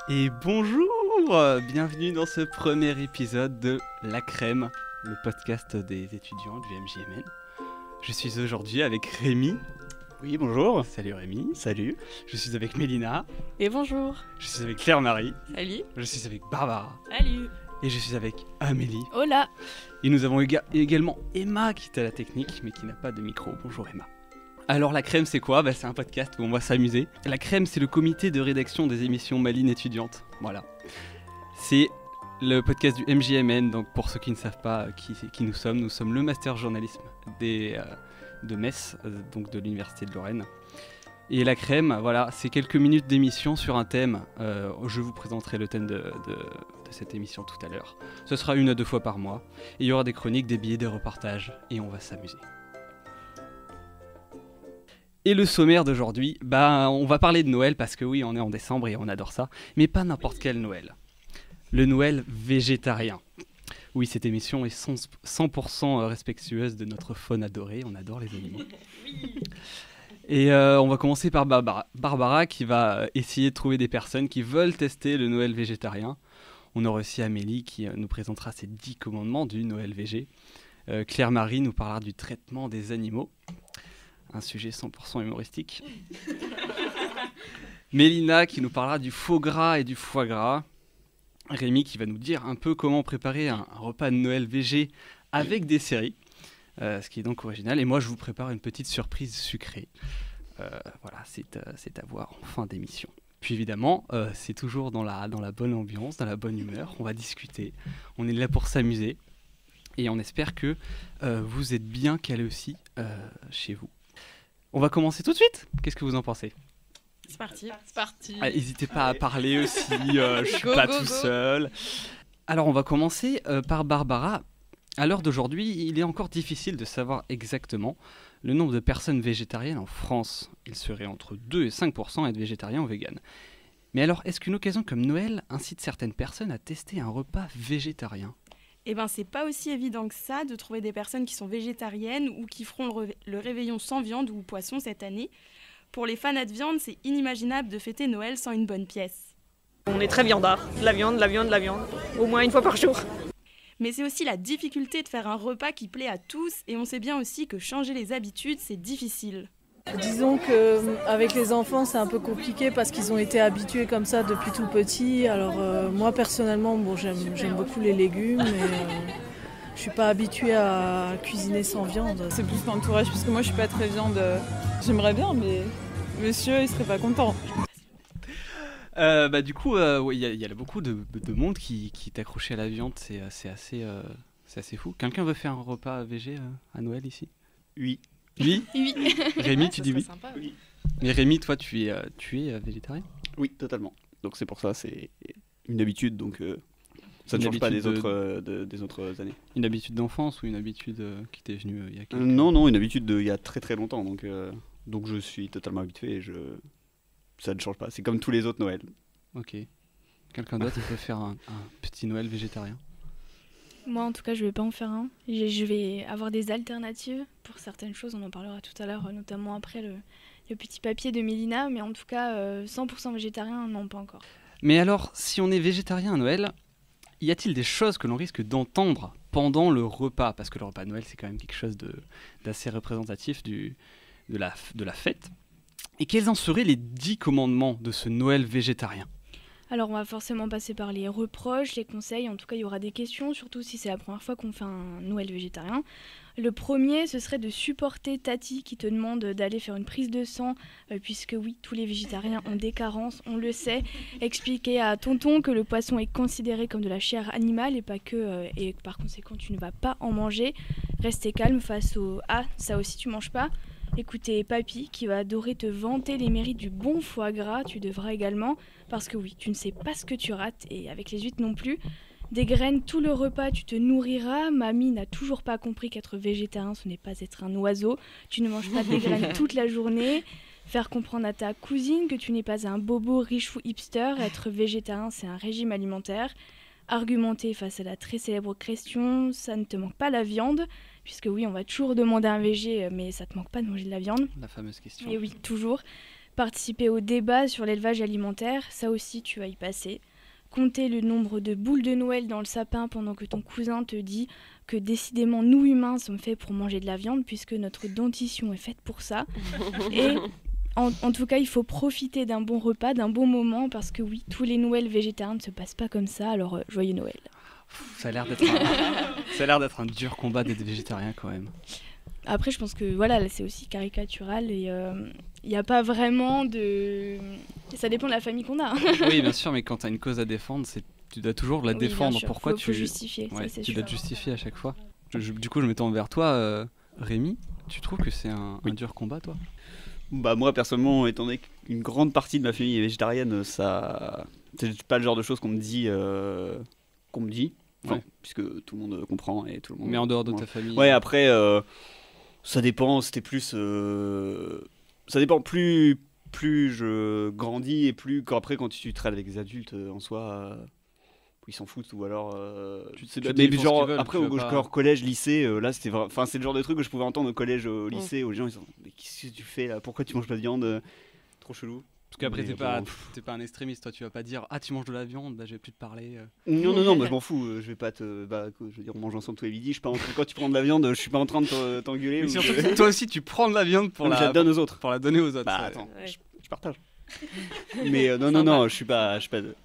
Et bonjour, bienvenue dans ce premier épisode de La Crème, le podcast des étudiants du MJMN. Je suis aujourd'hui avec Rémi. Oui, bonjour. Salut Rémi. Salut. Je suis avec Mélina. Et bonjour. Je suis avec Claire-Marie. Salut. Je suis avec Barbara. Salut. Et je suis avec Amélie. Hola. Et nous avons également Emma qui est à la technique mais qui n'a pas de micro. Bonjour Emma. Alors La Crème c'est quoi ? C'est un podcast où on va s'amuser. La Crème c'est le comité de rédaction des émissions Malines étudiantes. Voilà. C'est le podcast du MJMN, donc pour ceux qui ne savent pas qui nous sommes le master journalisme de Metz, donc de l'université de Lorraine. Et La Crème, voilà, c'est quelques minutes d'émission sur un thème. Je vous présenterai le thème de cette émission tout à l'heure. Ce sera 1 à 2 fois par mois. Et il y aura des chroniques, des billets, des reportages, et on va s'amuser. Et le sommaire d'aujourd'hui, on va parler de Noël parce que oui, on est en décembre et on adore ça, mais pas n'importe quel Noël. Le Noël végétarien. Oui, cette émission est 100% respectueuse de notre faune adorée, on adore les animaux. Et on va commencer par Barbara qui va essayer de trouver des personnes qui veulent tester le Noël végétarien. On aura aussi Amélie qui nous présentera ses 10 commandements du Noël végé. Claire-Marie nous parlera du traitement des animaux. Un sujet 100% humoristique. Mélina qui nous parlera du faux gras et du foie gras. Rémi qui va nous dire un peu comment préparer un repas de Noël végé avec des séries, ce qui est donc original. Et moi, je vous prépare une petite surprise sucrée. Voilà, c'est à voir en fin d'émission. Puis évidemment, c'est toujours dans la bonne ambiance, dans la bonne humeur. On va discuter, on est là pour s'amuser. Et on espère que vous êtes bien calés aussi chez vous. On va commencer tout de suite. Qu'est-ce que vous en pensez ? C'est parti. C'est parti. N'hésitez pas à parler aussi, je suis pas tout seul. Alors on va commencer par Barbara. À l'heure d'aujourd'hui, il est encore difficile de savoir exactement le nombre de personnes végétariennes en France. Il serait entre 2 et 5% à être végétarien ou vegan. Mais alors, est-ce qu'une occasion comme Noël incite certaines personnes à tester un repas végétarien ? Eh ben, c'est pas aussi évident que ça de trouver des personnes qui sont végétariennes ou qui feront le réveillon sans viande ou poisson cette année. Pour les fanats de viande, c'est inimaginable de fêter Noël sans une bonne pièce. On est très viandard. De la viande, de la viande, de la viande. Au moins 1 fois par jour. Mais c'est aussi la difficulté de faire un repas qui plaît à tous et on sait bien aussi que changer les habitudes, c'est difficile. Disons qu'avec les enfants, c'est un peu compliqué parce qu'ils ont été habitués comme ça depuis tout petit. Alors moi, personnellement, j'aime beaucoup les légumes, mais je suis pas habituée à cuisiner sans viande. C'est plus l'entourage, parce que moi, je suis pas très viande. J'aimerais bien, mais monsieur, il serait pas content. Du coup, il y a beaucoup de monde qui est accroché à la viande. C'est assez fou. Quelqu'un veut faire un repas végé à Noël ici ? Oui. Oui. Rémi, tu dis oui. Sympa. Oui. Mais Rémi, toi, tu es végétarien ? Oui, totalement. Donc c'est pour ça, c'est une habitude, donc ça ne Une change pas habitude des autres années. Une habitude d'enfance ou une habitude qui t'est venue il y a quelques... Non, une habitude il y a très très longtemps, donc je suis totalement habitué et ça ne change pas. C'est comme tous les autres Noëls. Ok. Quelqu'un d'autre peut faire un petit Noël végétarien ? Moi, en tout cas, je vais pas en faire un. Je vais avoir des alternatives pour certaines choses. On en parlera tout à l'heure, notamment après le petit papier de Mélina. Mais en tout cas, 100% végétarien, non, pas encore. Mais alors, si on est végétarien à Noël, y a-t-il des choses que l'on risque d'entendre pendant le repas ? Parce que le repas de Noël, c'est quand même quelque chose d'assez représentatif de la fête. Et quels en seraient les 10 commandements de ce Noël végétarien ? Alors, on va forcément passer par les reproches, les conseils. En tout cas, il y aura des questions, surtout si c'est la première fois qu'on fait un Noël végétarien. Le premier, ce serait de supporter Tati qui te demande d'aller faire une prise de sang, puisque oui, tous les végétariens ont des carences, on le sait. Expliquer à tonton que le poisson est considéré comme de la chair animale et pas que, et par conséquent, tu ne vas pas en manger. Rester calme face au « Ah, ça aussi tu manges pas ». Écoutez papy qui va adorer te vanter les mérites du bon foie gras, tu devras également, parce que oui, tu ne sais pas ce que tu rates, et avec les huîtres non plus. Des graines tout le repas, tu te nourriras. Mamie n'a toujours pas compris qu'être végétarien, ce n'est pas être un oiseau. Tu ne manges pas des graines toute la journée. Faire comprendre à ta cousine que tu n'es pas un bobo riche ou hipster. Être végétarien, c'est un régime alimentaire. Argumenter face à la très célèbre question, ça ne te manque pas la viande, puisque oui, on va toujours demander à un végé, mais ça te manque pas de manger de la viande. La fameuse question. Et oui, toujours. Participer au débat sur l'élevage alimentaire, ça aussi tu vas y passer. Compter le nombre de boules de Noël dans le sapin pendant que ton cousin te dit que décidément nous humains sommes faits pour manger de la viande puisque notre dentition est faite pour ça. Et en tout cas, il faut profiter d'un bon repas, d'un bon moment parce que oui, tous les Noëls végétariens ne se passent pas comme ça, alors joyeux Noël. Ça a l'air d'être un dur combat d'être végétarien quand même. Après, je pense que voilà, là, c'est aussi caricatural et il n'y a pas vraiment de... Ça dépend de la famille qu'on a. Hein. Oui, bien sûr, mais quand tu as une cause à défendre, tu dois toujours la défendre. Pourquoi faut justifier, ouais, ça, tu dois te justifier à chaque fois. Du coup, je me tourne vers toi, Rémi. Tu trouves que c'est un dur combat, toi ? Bah moi personnellement, étant donné qu'une grande partie de ma famille est végétarienne, ça c'est pas le genre de choses qu'on me dit, Ouais. puisque tout le monde comprend et tout le monde. Mais en dehors de ta famille. Ouais, après ça dépend. C'était plus, ça dépend plus je grandis et plus après quand tu traites avec des adultes en soi. Ils s'en foutent ou alors mais genre après au collège lycée là c'était enfin c'est le genre de truc que je pouvais entendre au collège au lycée où les gens ils sont mais qu'est-ce que tu fais là, pourquoi tu manges pas de viande, trop chelou. Parce qu'après t'es pas un extrémiste, toi tu vas pas dire tu manges de la viande, bah je vais plus te parler. Non moi je m'en fous, je vais pas te je veux dire on mange ensemble tous les midis, je suis pas quand tu prends de la viande je suis pas en train de t'engueuler. Mais surtout toi aussi tu prends de la viande pour la donne aux autres, pour la donner aux autres. Bah attends, je partage. Mais non je suis pas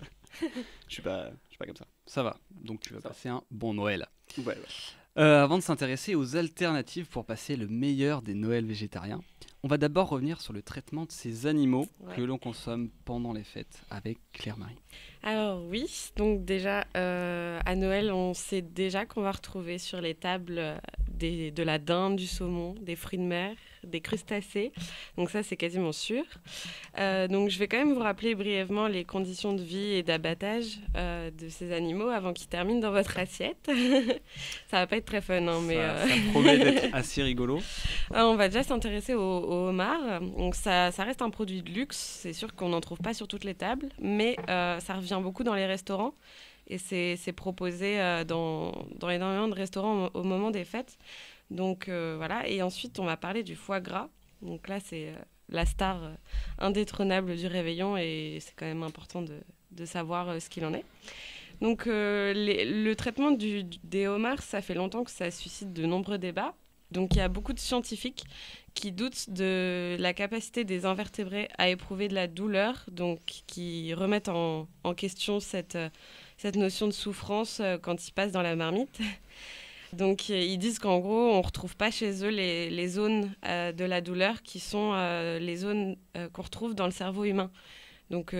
comme ça. Ça va, donc tu vas passer un bon Noël. Ouais. Avant de s'intéresser aux alternatives pour passer le meilleur des Noëls végétariens, on va d'abord revenir sur le traitement de ces animaux que l'on consomme pendant les fêtes avec Claire-Marie. Alors oui, donc déjà à Noël, on sait déjà qu'on va retrouver sur les tables de la dinde, du saumon, des fruits de mer, des crustacés. Donc ça, c'est quasiment sûr. Donc je vais quand même vous rappeler brièvement les conditions de vie et d'abattage de ces animaux avant qu'ils terminent dans votre assiette. Ça va pas être très fun, hein, mais... Ça promet d'être assez rigolo. On va déjà s'intéresser au homard. Donc ça reste un produit de luxe. C'est sûr qu'on n'en trouve pas sur toutes les tables, mais ça revient beaucoup dans les restaurants. Et c'est proposé dans énormément de restaurants au moment des fêtes. Donc voilà. Et ensuite, on va parler du foie gras. Donc là, c'est la star indétrônable du réveillon et c'est quand même important de savoir ce qu'il en est. Donc le traitement des homards, ça fait longtemps que ça suscite de nombreux débats. Donc il y a beaucoup de scientifiques qui doutent de la capacité des invertébrés à éprouver de la douleur, donc qui remettent en question cette notion de souffrance quand ils passent dans la marmite. Donc ils disent qu'en gros, on ne retrouve pas chez eux les zones de la douleur qui sont les zones qu'on retrouve dans le cerveau humain. Donc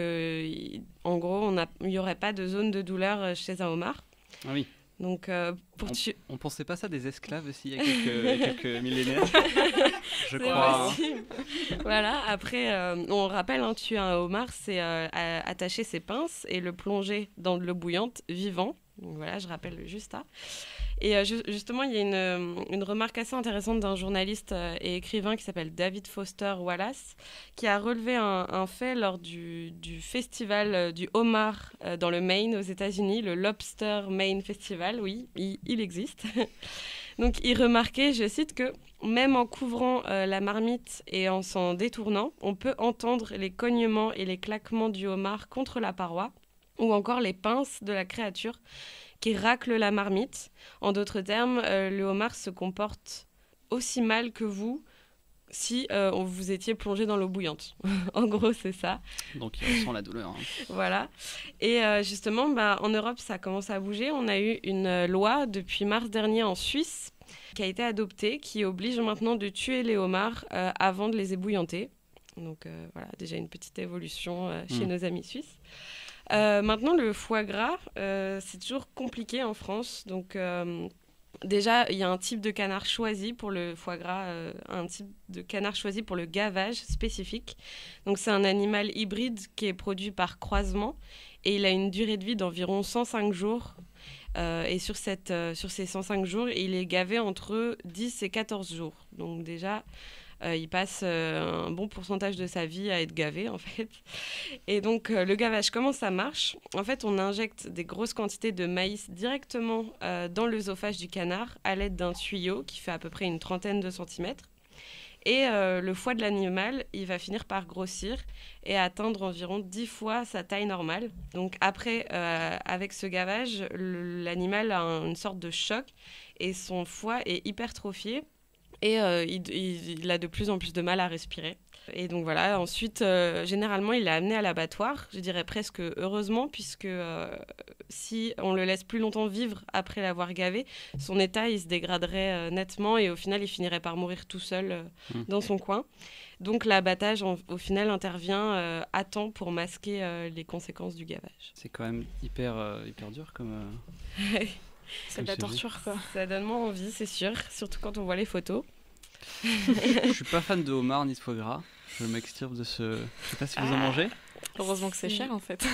en gros, il n'y aurait pas de zone de douleur chez un homard. Ah oui. Donc, on pensait pas ça des esclaves aussi il y a quelques millénaires, je crois. Voilà, après, on rappelle, tuer un homard, c'est attacher ses pinces et le plonger dans de l'eau bouillante vivant. Donc voilà, je rappelle juste ça. Et justement, il y a une remarque assez intéressante d'un journaliste et écrivain qui s'appelle David Foster Wallace, qui a relevé un fait lors du festival du homard dans le Maine aux États-Unis, le Lobster Maine Festival. Oui, il existe. Donc, il remarquait, je cite, que même en couvrant la marmite et en s'en détournant, on peut entendre les cognements et les claquements du homard contre la paroi, ou encore les pinces de la créature qui racle la marmite. En d'autres termes, le homard se comporte aussi mal que vous si vous étiez plongé dans l'eau bouillante. En gros, c'est ça. Donc, il ressent la douleur. Hein. Voilà. Et justement, en Europe, ça commence à bouger. On a eu une loi depuis mars dernier en Suisse qui a été adoptée, qui oblige maintenant de tuer les homards avant de les ébouillanter. Donc voilà, déjà une petite évolution chez nos amis suisses. Maintenant, le foie gras, c'est toujours compliqué en France. Donc, déjà, il y a un type de canard choisi pour le foie gras, un type de canard choisi pour le gavage spécifique. Donc, c'est un animal hybride qui est produit par croisement et il a une durée de vie d'environ 105 jours. Et sur ces 105 jours, il est gavé entre 10 et 14 jours. Donc, déjà... il passe un bon pourcentage de sa vie à être gavé, en fait. Et donc, le gavage, comment ça marche ? En fait, on injecte des grosses quantités de maïs directement dans l'œsophage du canard à l'aide d'un tuyau qui fait à peu près une trentaine de centimètres. Et le foie de l'animal, il va finir par grossir et atteindre environ 10 fois sa taille normale. Donc après, avec ce gavage, l'animal a une sorte de choc et son foie est hypertrophié et il a de plus en plus de mal à respirer. Et donc voilà, ensuite, généralement, il est amené à l'abattoir, je dirais presque heureusement, puisque si on le laisse plus longtemps vivre après l'avoir gavé, son état, il se dégraderait nettement et au final, il finirait par mourir tout seul dans son coin. Donc l'abattage, au final, intervient à temps pour masquer les conséquences du gavage. C'est quand même hyper dur comme... C'est de la torture, quoi. Ça donne moins envie, c'est sûr, surtout quand on voit les photos. Je suis pas fan de homard ni de foie gras. Je m'extirpe de ce... Je sais pas si vous en mangez. Heureusement que c'est cher, en fait.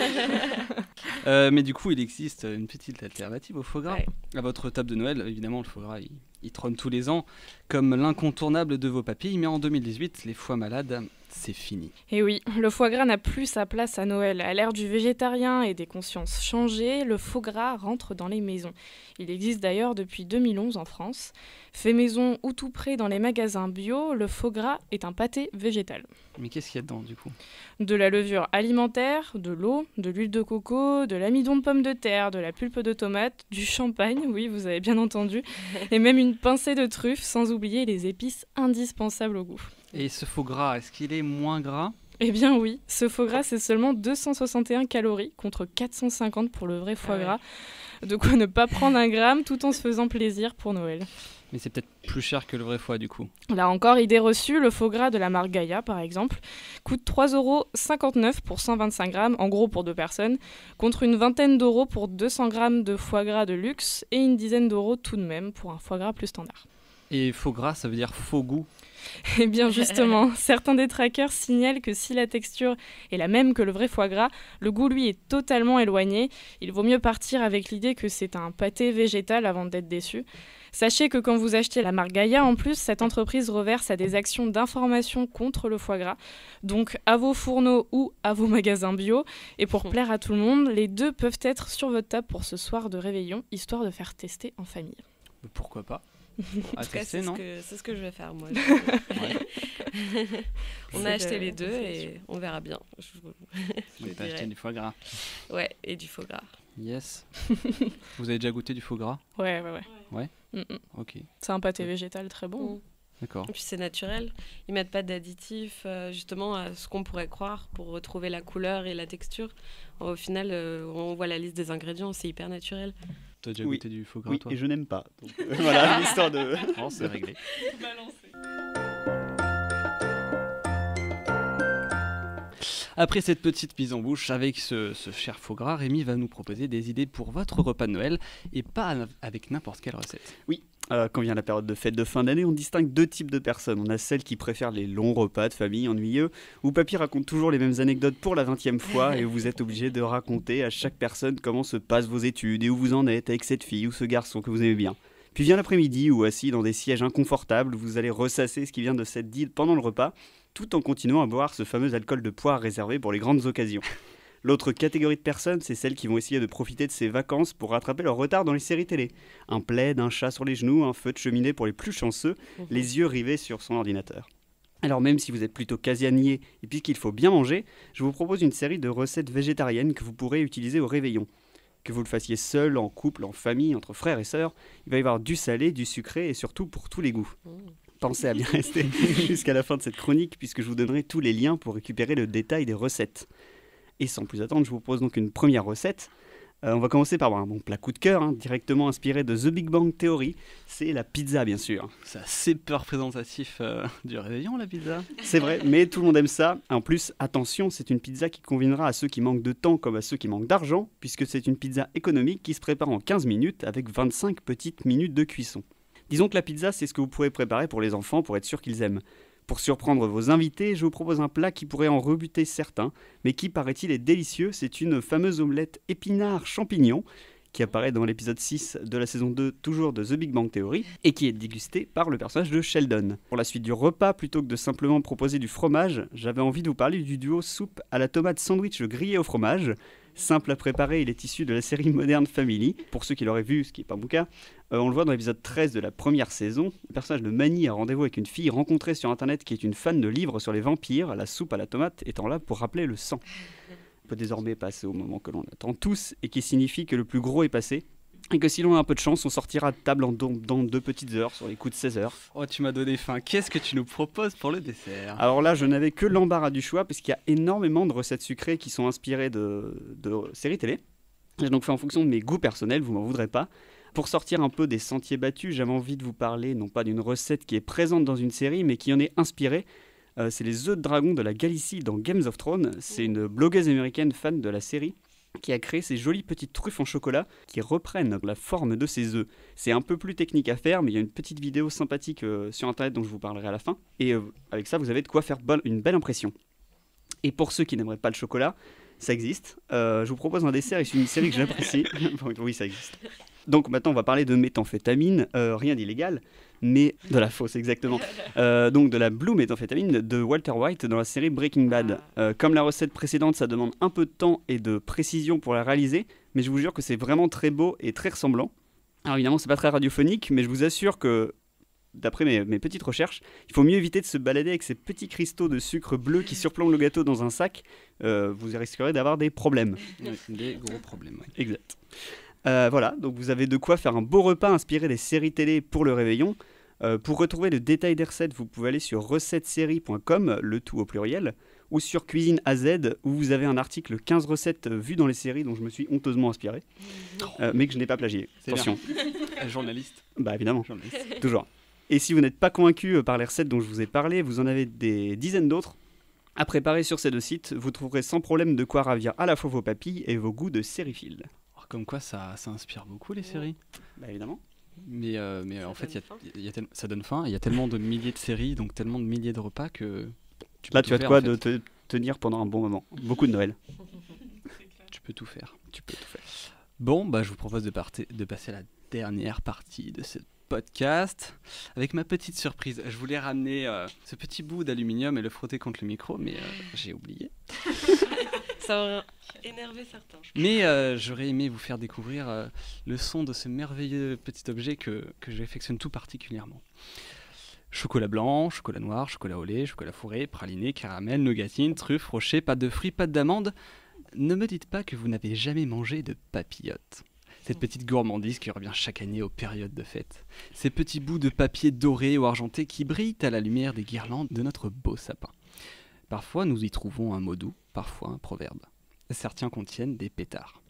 Mais du coup, il existe une petite alternative au foie gras. Ouais. À votre table de Noël, évidemment, le foie gras, il trône tous les ans comme l'incontournable de vos papilles. Mais en 2018, les foies malades, c'est fini. Et oui, le foie gras n'a plus sa place à Noël. À l'ère du végétarien et des consciences changées, le foie gras rentre dans les maisons. Il existe d'ailleurs depuis 2011 en France. Fait maison ou tout près dans les magasins bio, le foie gras est un pâté végétal. Mais qu'est-ce qu'il y a dedans, du coup ? De la levure alimentaire, de l'eau, de l'huile de coco, de l'amidon de pomme de terre, de la pulpe de tomate, du champagne, oui, vous avez bien entendu, et même une pincée de truffe, sans oublier les épices indispensables au goût. Et ce faux gras, est-ce qu'il est moins gras ? Eh bien oui, ce foie gras, c'est seulement 261 calories contre 450 pour le vrai foie gras. De quoi ne pas prendre un gramme tout en se faisant plaisir pour Noël. Mais c'est peut-être plus cher que le vrai foie, du coup. Là encore, idée reçue, le faux gras de la marque Gaïa, par exemple, coûte 3,59 € pour 125 grammes, en gros pour 2 personnes, contre une vingtaine d'euros pour 200 grammes de foie gras de luxe et une dizaine d'euros tout de même pour un foie gras plus standard. Et faux gras, ça veut dire faux goût. Eh bien justement, certains détraqueurs signalent que si la texture est la même que le vrai foie gras, le goût lui est totalement éloigné. Il vaut mieux partir avec l'idée que c'est un pâté végétal avant d'être déçu. Sachez que quand vous achetez la marque Gaïa, en plus, cette entreprise reverse à des actions d'information contre le foie gras. Donc à vos fourneaux ou à vos magasins bio. Et pour plaire à tout le monde, les deux peuvent être sur votre table pour ce soir de réveillon, histoire de faire tester en famille. Mais pourquoi pas ? En tout cas, c'est ce que je vais faire, moi. On a C'est acheté de- les deux et réflexion. on verra bien. Je Donc t'as acheté dirais. du foie gras. Ouais, et du faux gras. Yes. Vous avez déjà goûté du faux gras ? Ouais. Ouais. Ok, C'est un pâté végétal très bon. Mm. d'accord. Et puis c'est naturel. Ils mettent pas d'additifs, justement, à ce qu'on pourrait croire pour retrouver la couleur et la texture. Au final, on voit la liste des ingrédients, c'est hyper naturel. T'as déjà Oui. goûté du faux gras, Oui, toi ? et je n'aime pas. Donc, voilà, l'histoire de... Oh, c'est réglé. Après cette petite mise en bouche avec ce cher faux gras, Rémi va nous proposer des idées pour votre repas de Noël et pas avec n'importe quelle recette. Quand vient la période de fête de fin d'année, on distingue deux types de personnes. On a celles qui préfèrent les longs repas de famille ennuyeux, où papy raconte toujours les mêmes anecdotes pour la 20e fois, et où vous êtes obligé de raconter à chaque personne comment se passent vos études et où vous en êtes avec cette fille ou ce garçon que vous aimez bien. Puis vient l'après-midi, où assis dans des sièges inconfortables, vous allez ressasser ce qui vient de s'être dit pendant le repas, tout en continuant à boire ce fameux alcool de poire réservé pour les grandes occasions. L'autre catégorie de personnes, c'est celles qui vont essayer de profiter de ces vacances pour rattraper leur retard dans les séries télé. Un plaid, un chat sur les genoux, un feu de cheminée pour les plus chanceux, les yeux rivés sur son ordinateur. Alors même si vous êtes plutôt casanier et puisqu'il faut bien manger, je vous propose une série de recettes végétariennes que vous pourrez utiliser au réveillon. Que vous le fassiez seul, en couple, en famille, entre frères et sœurs, il va y avoir du salé, du sucré et surtout pour tous les goûts. Pensez à bien rester jusqu'à la fin de cette chronique puisque je vous donnerai tous les liens pour récupérer le détail des recettes. Et sans plus attendre, je vous propose donc une première recette. On va commencer par un bon plat coup de cœur, directement inspiré de The Big Bang Theory. C'est la pizza, bien sûr. C'est assez peu représentatif du réveillon, la pizza. C'est vrai, mais tout le monde aime ça. En plus, attention, c'est une pizza qui conviendra à ceux qui manquent de temps comme à ceux qui manquent d'argent, puisque c'est une pizza économique qui se prépare en 15 minutes avec 25 petites minutes de cuisson. Disons que la pizza, c'est ce que vous pourrez préparer pour les enfants pour être sûr qu'ils aiment. Pour surprendre vos invités, je vous propose un plat qui pourrait en rebuter certains, mais qui, paraît-il, est délicieux. C'est une fameuse omelette épinard-champignon qui apparaît dans l'épisode 6 de la saison 2, toujours de The Big Bang Theory, et qui est dégusté par le personnage de Sheldon. Pour la suite du repas, plutôt que de simplement proposer du fromage, j'avais envie de vous parler du duo soupe à la tomate sandwich grillé au fromage. Simple à préparer, il est issu de la série Modern Family. Pour ceux qui l'auraient vu, ce qui n'est pas mon cas, on le voit dans l'épisode 13 de la première saison. Le personnage de Manny a rendez-vous avec une fille rencontrée sur internet qui est une fan de livres sur les vampires, la soupe à la tomate étant là pour rappeler le sang. On peut désormais passer au moment que l'on attend tous et qui signifie que le plus gros est passé. Et que si l'on a un peu de chance, on sortira de table dans 2 petites heures, sur les coups de 16 heures. Oh, tu m'as donné faim. Qu'est-ce que tu nous proposes pour le dessert ? Alors là, je n'avais que l'embarras du choix, parce qu'il y a énormément de recettes sucrées qui sont inspirées de séries télé. J'ai donc fait en fonction de mes goûts personnels, vous m'en voudrez pas. Pour sortir un peu des sentiers battus, j'avais envie de vous parler, non pas d'une recette qui est présente dans une série, mais qui en est inspirée. C'est les œufs de dragon de la Galicie dans Game of Thrones. C'est une blogueuse américaine fan de la série qui a créé ces jolies petites truffes en chocolat qui reprennent la forme de ces œufs. C'est un peu plus technique à faire, mais il y a une petite vidéo sympathique sur internet dont je vous parlerai à la fin. Et avec ça, vous avez de quoi faire une belle impression. Et pour ceux qui n'aimeraient pas le chocolat, ça existe. Je vous propose un dessert issu d'une série que j'apprécie. Oui, ça existe. Donc maintenant, on va parler de méthamphétamine, rien d'illégal, mais de la fausse, exactement. Donc de la blue méthamphétamine de Walter White dans la série Breaking Bad. Comme la recette précédente, ça demande un peu de temps et de précision pour la réaliser, mais je vous jure que c'est vraiment très beau et très ressemblant. Alors évidemment, c'est pas très radiophonique, mais je vous assure que, d'après mes petites recherches, il faut mieux éviter de se balader avec ces petits cristaux de sucre bleu qui surplombent le gâteau dans un sac. Vous risquerez d'avoir des problèmes. Des gros problèmes, oui. Exact. Voilà, donc vous avez de quoi faire un beau repas inspiré des séries télé pour le réveillon. Pour retrouver le détail des recettes, vous pouvez aller sur recetteserie.com, le tout au pluriel, ou sur Cuisine AZ, où vous avez un article 15 recettes vues dans les séries dont je me suis honteusement inspiré, mais que je n'ai pas plagié. C'est attention. Journaliste. Bah évidemment, Journaliste. toujours. Et si vous n'êtes pas convaincu par les recettes dont je vous ai parlé, vous en avez des dizaines d'autres à préparer sur ces 2 sites. Vous trouverez sans problème de quoi ravir à la fois vos papilles et vos goûts de sériphiles. Comme quoi, ça inspire beaucoup les séries. Bah évidemment. Mais en fait, ça donne faim. Il y a tellement de milliers de séries, donc tellement de milliers de repas que... Tu as de quoi de te tenir pendant un bon moment. Beaucoup de Noël. Tu peux tout faire. Bon, bah, je vous propose de passer à la dernière partie de ce podcast avec ma petite surprise. Je voulais ramener ce petit bout d'aluminium et le frotter contre le micro, mais j'ai oublié. Ça aurait énervé certains. Mais j'aurais aimé vous faire découvrir le son de ce merveilleux petit objet que j'affectionne tout particulièrement. Chocolat blanc, chocolat noir, chocolat au lait, chocolat fourré, praliné, caramel, nougatine, truffe, rocher, pâte de fruits, pâte d'amande. Ne me dites pas que vous n'avez jamais mangé de papillotes. Cette petite gourmandise qui revient chaque année aux périodes de fête. Ces petits bouts de papier doré ou argenté qui brillent à la lumière des guirlandes de notre beau sapin. Parfois, nous y trouvons un mot doux, parfois un proverbe. Certains contiennent des pétards.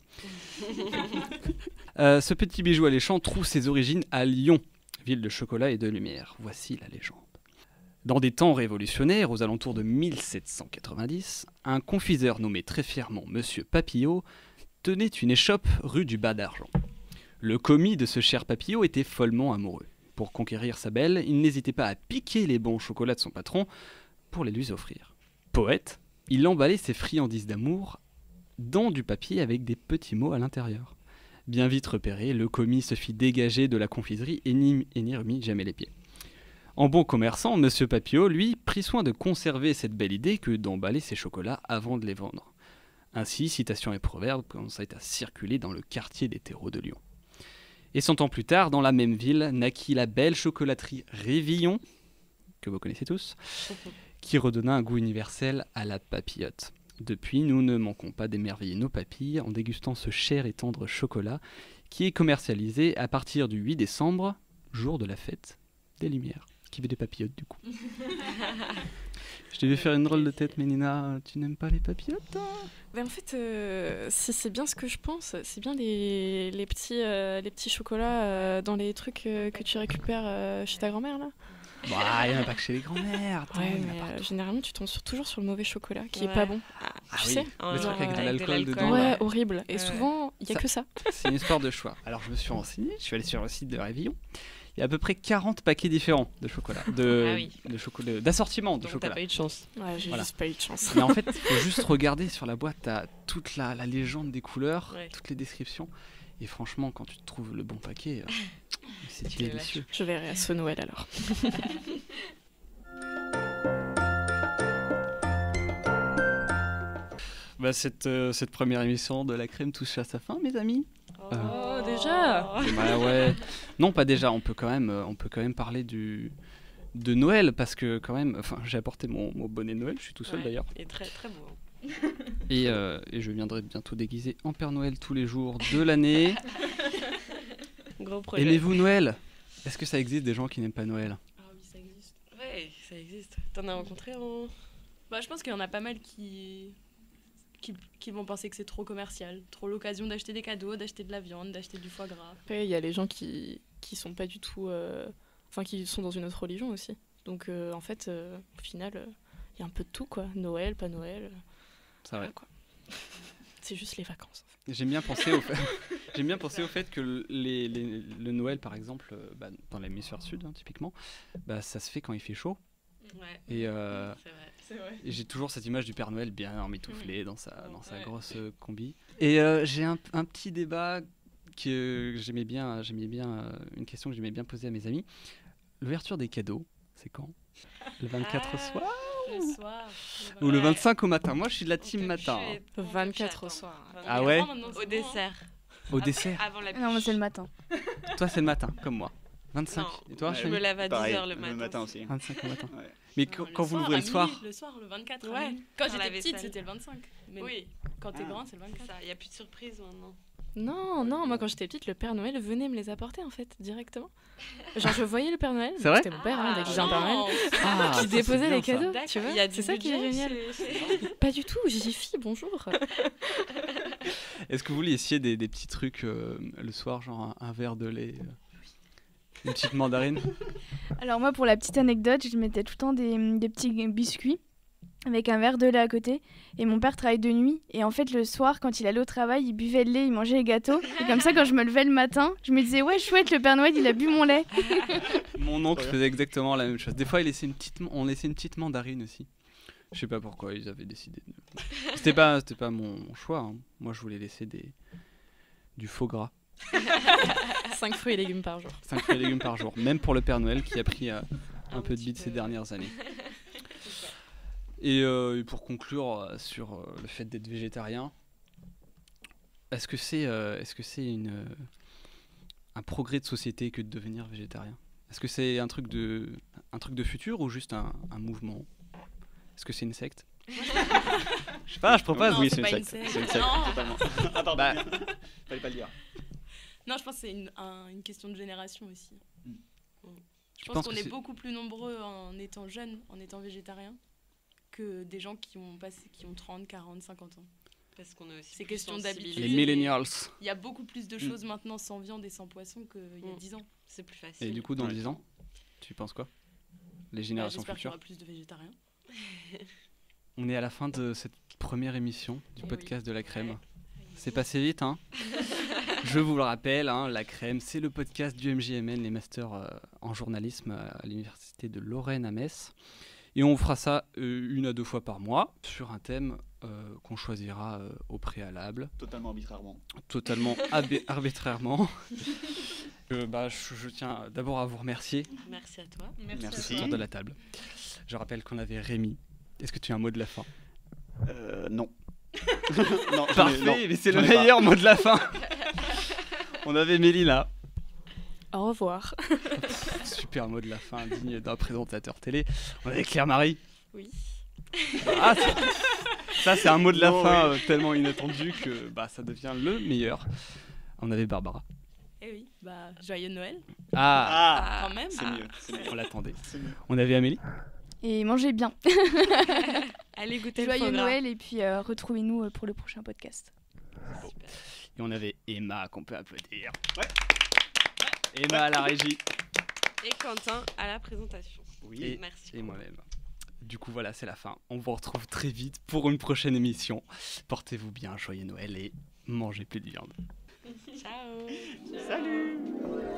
Ce petit bijou alléchant trouve ses origines à Lyon, ville de chocolat et de lumière. Voici la légende. Dans des temps révolutionnaires, aux alentours de 1790, un confiseur nommé très fièrement Monsieur Papillot tenait une échoppe rue du Bas d'Argent. Le commis de ce cher Papillot était follement amoureux. Pour conquérir sa belle, il n'hésitait pas à piquer les bons chocolats de son patron pour les lui offrir. Poète, il emballait ses friandises d'amour dans du papier avec des petits mots à l'intérieur. Bien vite repéré, le commis se fit dégager de la confiserie et n'y remit jamais les pieds. En bon commerçant, Monsieur Papillot, lui, prit soin de conserver cette belle idée que d'emballer ses chocolats avant de les vendre. Ainsi, citations et proverbes commençaient à circuler dans le quartier des terreaux de Lyon. Et 100 ans plus tard, dans la même ville, naquit la belle chocolaterie Révillon, que vous connaissez tous, qui redonna un goût universel à la papillote. Depuis, nous ne manquons pas d'émerveiller nos papilles en dégustant ce cher et tendre chocolat qui est commercialisé à partir du 8 décembre, jour de la fête des Lumières. Qui veut des papillotes du coup? Je t'ai vu faire une drôle de tête, Mélina. Tu n'aimes pas les papillotes, toi? En fait, si c'est bien ce que je pense, c'est bien les petits chocolats dans les trucs que tu récupères chez ta grand-mère, là. Bah, il n'y en a pas que chez les grand-mères. Ouais, mais généralement, tu tombes toujours sur le mauvais chocolat qui est pas bon. Tu sais, le truc avec de l'alcool dedans. Ouais, horrible. Et souvent, il n'y a que ça. C'est une histoire de choix. Alors, je me suis renseigné, je suis allé sur le site de Révillon. Il y a à peu près 40 paquets différents de chocolat, d'assortiment de chocolat. T'as pas eu de chance. Ouais, j'ai juste pas eu de chance. Mais en fait, il faut juste regarder sur la boîte, t'as toute la légende des couleurs, toutes les descriptions. Et franchement, quand tu trouves le bon paquet, c'est délicieux. Je verrai à ce Noël alors. Cette première émission de la crème touche à sa fin, mes amis. Oh, déjà Bah ouais. Non, pas déjà. On peut quand même parler de Noël parce que quand même, j'ai apporté mon bonnet de Noël. Je suis tout seul d'ailleurs. Et très très beau. Et je viendrai bientôt déguisé en Père Noël tous les jours de l'année. Gros projet. Aimez-vous Noël? Est-ce que ça existe des gens qui n'aiment pas Noël? Ah oui, ça existe. Ouais, ça existe. T'en as rencontré en... Bah, je pense qu'il y en a pas mal qui vont penser que c'est trop commercial, trop l'occasion d'acheter des cadeaux, d'acheter de la viande, d'acheter du foie gras. Après, il y a les gens qui sont pas du tout... qui sont dans une autre religion aussi. Donc, en fait, au final, il y a un peu de tout, quoi. Noël, pas Noël. C'est vrai. Quoi. C'est juste les vacances. J'aime bien penser au fait que le Noël, par exemple, dans l'hémisphère sud, typiquement, ça se fait quand il fait chaud. Ouais. Et, c'est vrai. Et j'ai toujours cette image du Père Noël bien emmitouflé dans sa grosse combi. Et j'ai un petit débat que j'aimais bien, une question que j'aimais bien poser à mes amis. L'ouverture des cadeaux, c'est quand? Le 24 au soir? Le soir. Ou le 25 au matin? Moi, je suis de la team matin. 24 au soir. Ah ouais? Au dessert. Au dessert? Avant la Non, moi c'est le matin. Toi, c'est le matin, comme moi. 25. Non, Et toi, je Chani? me lève à 10h le matin. Le matin aussi. 25 au matin. Ouais. Mais Non, quand vous l'ouvrez le soir? Le soir, le 24. Ouais. Quand Dans la j'étais petite, vaisselle. c'était le 25. Mais Oui. quand t'es grand, c'est le 24. Il n'y a plus de surprise maintenant. Non, moi quand j'étais petite, le Père Noël venait me les apporter en fait, directement. Genre je voyais le Père Noël, C'est vrai? c'était mon père déguisé en Père Noël, Ah, qui ça, déposait c'est bien, les cadeaux, D'accord. tu vois. Il y a du C'est ça qui est budget génial. Pas du tout, Gigi, bonjour. Est-ce que vous voulez essayer des petits trucs le soir, genre un verre de lait, une petite mandarine? Alors moi, pour la petite anecdote, je mettais tout le temps des petits biscuits avec un verre de lait à côté. Et mon père travaille de nuit. Et en fait, le soir, quand il allait au travail, il buvait le lait, il mangeait les gâteaux. Et comme ça, quand je me levais le matin, je me disais « Ouais, chouette, le Père Noël, il a bu mon lait. » Mon oncle faisait exactement la même chose. Des fois, on laissait une petite mandarine aussi. Je sais pas pourquoi ils avaient décidé. C'était pas mon choix. Hein. Moi, je voulais laisser du faux gras. 5 fruits et légumes par jour. 5 fruits et légumes par jour. Même pour le Père Noël qui a pris un peu de bide ces dernières années. Et pour conclure sur le fait d'être végétarien, est-ce que c'est un progrès de société que de devenir végétarien? Est-ce que c'est un truc de futur ou juste un mouvement? Est-ce que c'est une secte? Je sais pas, je propose. Non, Oui, c'est c'est pas une une secte. secte. C'est une secte, Non. totalement. Ah, pardon. Bah. Fallait pas le dire. Non, je pense que c'est une question de génération aussi. Mm. Je pense pense qu'on que est c'est- beaucoup plus nombreux en étant jeunes, en étant végétariens, que des gens qui ont 30, 40, 50 ans. Parce qu'on est aussi C'est plus question sensibilisés. d'habitude. Les millennials. Il y a beaucoup plus de choses maintenant sans viande et sans poisson qu'il y a 10 ans. C'est plus facile. Et du coup, dans Ouais. 10 ans, tu penses quoi? Les Bah, générations J'espère qu'il y futures. aura plus de végétariens. On est à la fin de cette première émission du Eh podcast de la crème. C'est passé vite, hein. Je vous le rappelle, hein, la crème, c'est le podcast du MJMN, les masters en journalisme à l'université de Lorraine à Metz. Et on fera ça 1 à 2 fois par mois sur un thème qu'on choisira au préalable, Totalement arbitrairement. totalement arbitrairement. Je tiens d'abord à vous remercier Merci à toi. Merci. autour de la table. Je rappelle qu'on avait Rémi. Est-ce que tu as un mot de la fin? Non. Non, Parfait, mais c'est le j'en ai pas. meilleur mot de la fin. On avait Mélina. Au revoir. Super mot de la fin, digne d'un présentateur télé. On avait Claire-Marie. Oui. Ah, ça c'est un mot de la Non, fin oui. tellement inattendu que ça devient le meilleur. On avait Barbara. Eh oui, joyeux Noël, Ah, quand même. C'est mieux. C'est mieux. on l'attendait. C'est mieux. On avait Amélie. Et mangez bien. Allez goûter le Joyeux foie gras. Noël et puis retrouvez-nous pour le prochain podcast. Et on avait Emma qu'on peut applaudir. Ouais. Emma à la régie. Et Quentin à la présentation. Oui. Merci. Et moi-même. Du coup, voilà, c'est la fin. On vous retrouve très vite pour une prochaine émission. Portez-vous bien, joyeux Noël et mangez plus de viande. Ciao. Salut.